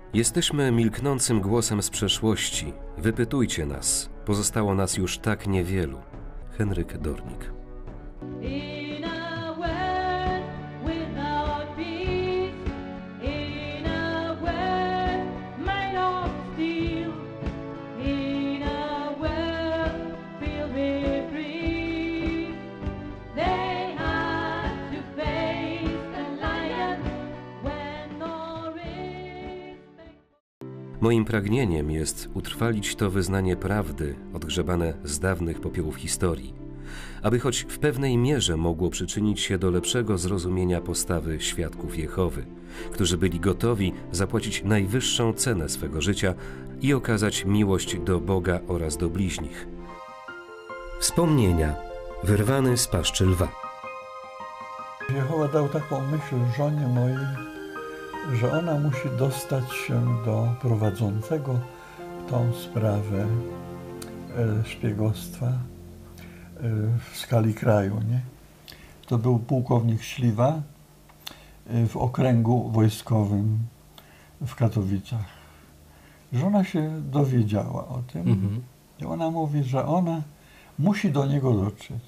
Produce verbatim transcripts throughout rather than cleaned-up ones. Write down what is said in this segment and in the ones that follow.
Jesteśmy milknącym głosem z przeszłości. Wypytujcie nas. Pozostało nas już tak niewielu. Henryk Dornik. Moim pragnieniem jest utrwalić to wyznanie prawdy odgrzebane z dawnych popiołów historii, aby choć w pewnej mierze mogło przyczynić się do lepszego zrozumienia postawy świadków Jehowy, którzy byli gotowi zapłacić najwyższą cenę swego życia i okazać miłość do Boga oraz do bliźnich. Wspomnienia wyrwany z paszczy lwa. Jehowa dał taką myśl żonie mojej, że ona musi dostać się do prowadzącego tą sprawę e, szpiegostwa e, w skali kraju. Nie? To był pułkownik Śliwa e, w okręgu wojskowym w Katowicach. Żona się dowiedziała o tym mhm. i ona mówi, że ona musi do niego dotrzeć.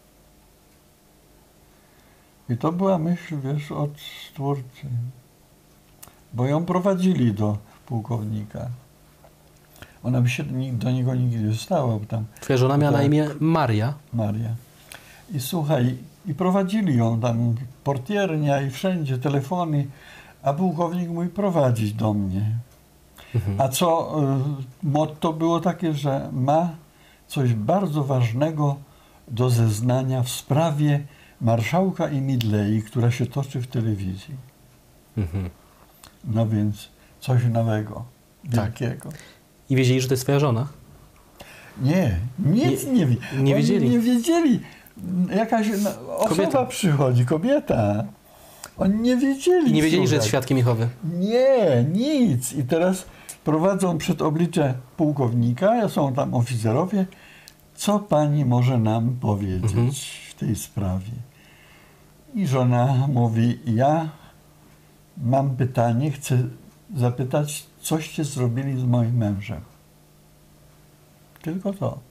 I to była myśl, wiesz, od Stwórcy. Bo ją prowadzili do pułkownika. Ona by się do niego nigdy nie stała. Bo tam, twoja żona miała na imię Maria. Maria. I słuchaj, i prowadzili ją tam, portiernia i wszędzie, telefony, a pułkownik mówi prowadzić do mnie. Mhm. A co, motto było takie, że ma coś bardzo ważnego do zeznania w sprawie marszałka i Midlei, która się toczy w telewizji. Mhm. No więc coś nowego, wielkiego. Tak. I wiedzieli, że to jest twoja żona? Nie, nic nie, nie, nie wiedzieli. Oni nie wiedzieli. Jakaś osoba kobieta. Przychodzi, kobieta. Oni nie wiedzieli. I nie wiedzieli, słuchaj. Że jest świadkiem Jehowy? Nie, nic. I teraz prowadzą przed oblicze pułkownika, są tam oficerowie. Co pani może nam powiedzieć mhm. w tej sprawie? I żona mówi, ja mam pytanie, chcę zapytać, coście zrobili z moim mężem. Tylko to.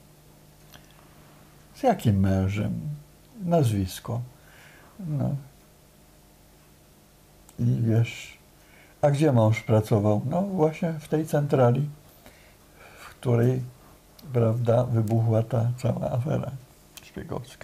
Z jakim mężem? Nazwisko. No. I wiesz, a gdzie mąż pracował? No właśnie w tej centrali, w której, prawda, wybuchła ta cała afera szpiegowska.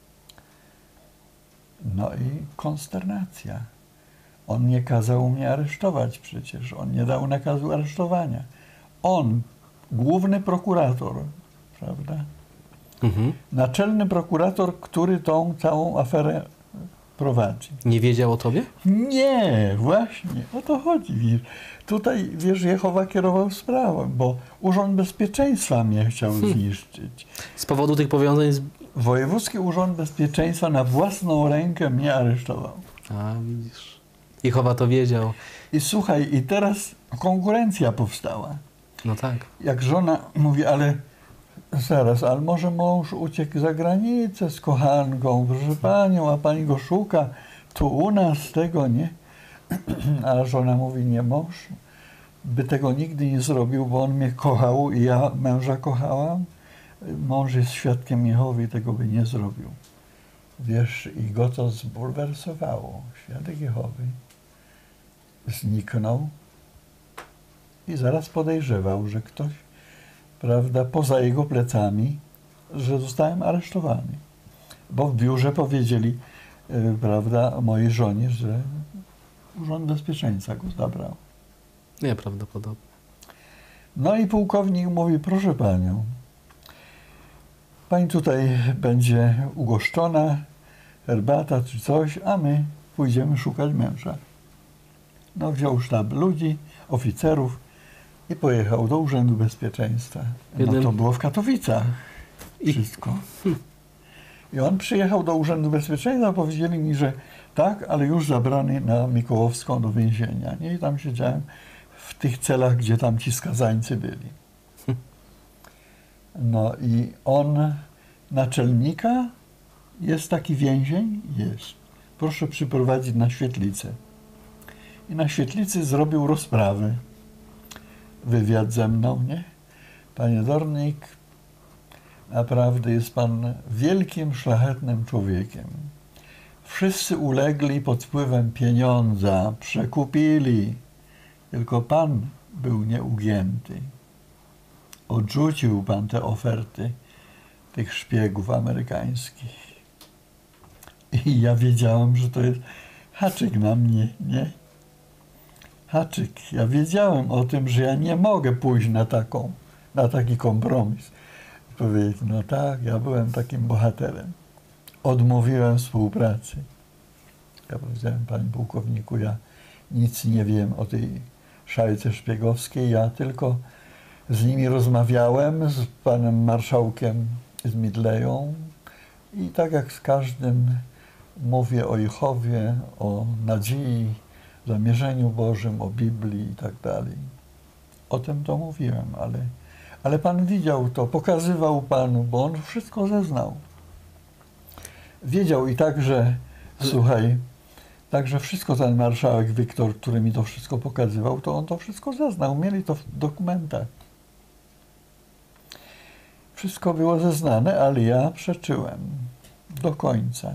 No i konsternacja. On nie kazał mnie aresztować przecież. On nie dał nakazu aresztowania. On, główny prokurator, prawda? Mhm. Naczelny prokurator, który tą całą aferę prowadzi. Nie wiedział o tobie? Nie, właśnie. O to chodzi. Wiesz. Tutaj, wiesz, Jehowa kierował sprawą, bo Urząd Bezpieczeństwa mnie chciał zniszczyć. Z powodu tych powiązań z... Wojewódzki Urząd Bezpieczeństwa na własną rękę mnie aresztował. A, widzisz. Jehowa to wiedział. I słuchaj, i teraz konkurencja powstała. No tak. Jak żona mówi, ale zaraz, ale może mąż uciekł za granicę z kochanką, proszę panią, a pani go szuka tu u nas, tego nie. A żona mówi, nie, mąż by tego nigdy nie zrobił, bo on mnie kochał i ja męża kochałam. Mąż jest świadkiem Jehowy i tego by nie zrobił. Wiesz, i go to zbulwersowało. Świadek Jehowy zniknął i zaraz podejrzewał, że ktoś, prawda, poza jego plecami, że zostałem aresztowany. Bo w biurze powiedzieli, yy, prawda, mojej żonie, że Urząd Bezpieczeństwa go zabrał. Nieprawdopodobne. No i pułkownik mówi, proszę panią, pani tutaj będzie ugoszczona, herbata czy coś, a my pójdziemy szukać męża. No wziął sztab ludzi, oficerów i pojechał do Urzędu Bezpieczeństwa. No to było w Katowicach wszystko. I on przyjechał do Urzędu Bezpieczeństwa, powiedzieli mi, że tak, ale już zabrany na Mikołowską do więzienia. Nie? I tam siedziałem w tych celach, gdzie tam ci skazańcy byli. No i on, naczelnika, jest taki więzień? Jest. Proszę przyprowadzić na świetlicę. I na świetlicy zrobił rozprawę. wywiad ze mną, nie? Panie Dornik, naprawdę jest pan wielkim, szlachetnym człowiekiem. Wszyscy ulegli pod wpływem pieniądza, przekupili. Tylko pan był nieugięty. Odrzucił pan te oferty tych szpiegów amerykańskich. I ja wiedziałem, że to jest haczyk na mnie, nie? Haczyk. Ja wiedziałem o tym, że ja nie mogę pójść na taką, na taki kompromis. Powiedzieć, no tak, ja byłem takim bohaterem. Odmówiłem współpracy. Ja powiedziałem, panie pułkowniku, ja nic nie wiem o tej szajce szpiegowskiej, ja tylko z nimi rozmawiałem, z panem marszałkiem z Midleją i tak jak z każdym mówię o Jehowie, o nadziei, zamierzeniu Bożym, o Biblii i tak dalej. O tym to mówiłem, ale, ale pan widział to, pokazywał panu, bo on wszystko zeznał. Wiedział i także, słuchaj, także wszystko ten marszałek Wiktor, który mi to wszystko pokazywał, to on to wszystko zeznał. Mieli to w dokumentach. Wszystko było zeznane, ale ja przeczyłem do końca.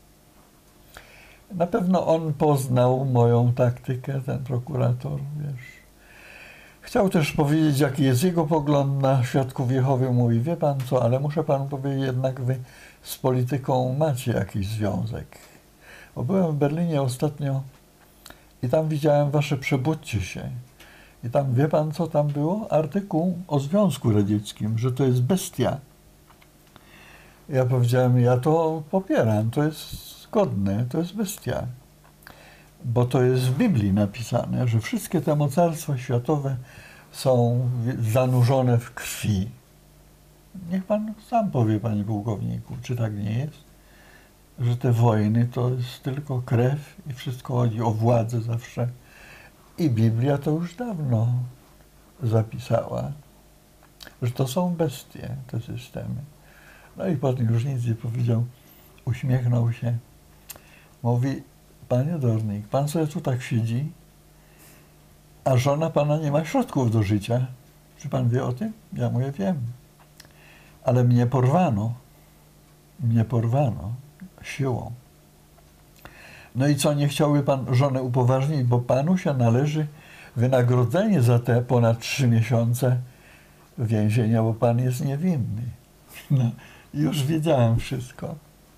Na pewno on poznał moją taktykę, ten prokurator, wiesz. Chciał też powiedzieć, jaki jest jego pogląd na Świadków Jehowy. Mówi, wie pan co, ale muszę panu powiedzieć, jednak wy z polityką macie jakiś związek. Bo byłem w Berlinie ostatnio i tam widziałem wasze przebudźcie się. I tam, wie pan co tam było? Artykuł o Związku Radzieckim, że to jest bestia. Ja powiedziałem, ja to popieram, to jest zgodne, to jest bestia. Bo to jest w Biblii napisane, że wszystkie te mocarstwa światowe są zanurzone w krwi. Niech pan sam powie, panie pułkowniku, czy tak nie jest? Że te wojny to jest tylko krew i wszystko chodzi o władzę zawsze. I Biblia to już dawno zapisała, że to są bestie, te systemy. No i potem już nic nie powiedział, uśmiechnął się. Mówi, panie Dornik, pan sobie tu tak siedzi, a żona pana nie ma środków do życia. Czy pan wie o tym? Ja mówię, wiem. Ale mnie porwano. Mnie porwano siłą. No i co, nie chciałby pan żonę upoważnić, bo panu się należy wynagrodzenie za te ponad trzy miesiące więzienia, bo pan jest niewinny. No, już wiedziałem wszystko.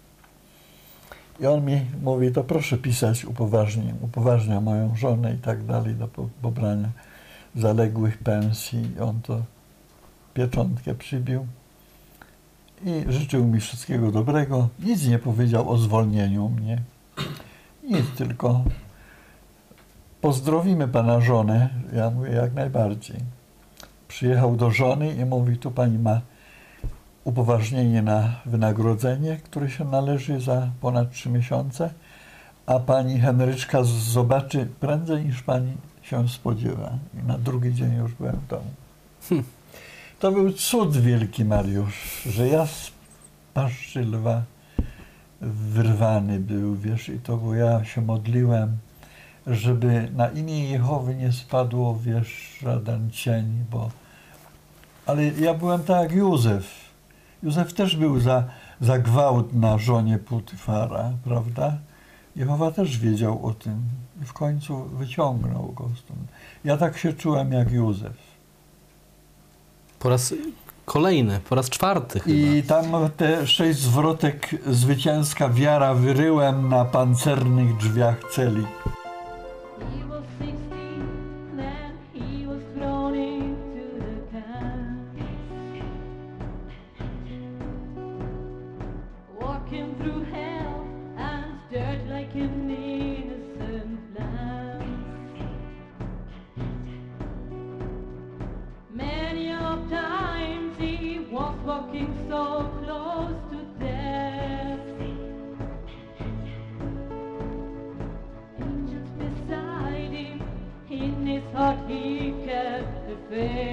I on mi mówi, to proszę pisać upoważnienie, upoważnia moją żonę i tak dalej do pobrania zaległych pensji. I on to pieczątkę przybił i życzył mi wszystkiego dobrego. Nic nie powiedział o zwolnieniu mnie. Nic, tylko pozdrowimy pana żonę. Ja mówię, jak najbardziej. Przyjechał do żony i mówi, tu pani ma upoważnienie na wynagrodzenie, które się należy za ponad trzy miesiące, a pani Henryczka zobaczy prędzej niż pani się spodziewa. I na drugi dzień już byłem w domu. Hmm. To był cud wielki, Mariusz, że ja z paszczy lwa wyrwany był, wiesz, i to, bo ja się modliłem, żeby na imię Jehowy nie spadło, wiesz, żaden cień, bo... Ale ja byłem tak jak Józef. Józef też był za, za gwałt na żonie Putyfara, prawda? Jehowa też wiedział o tym i w końcu wyciągnął go stąd. Ja tak się czułem jak Józef. Po raz kolejny, po raz czwarty chyba. I tam te sześć zwrotek zwycięska wiara wyryłem na pancernych drzwiach celi. Walking so close to death, angels beside him, in his heart he kept the faith.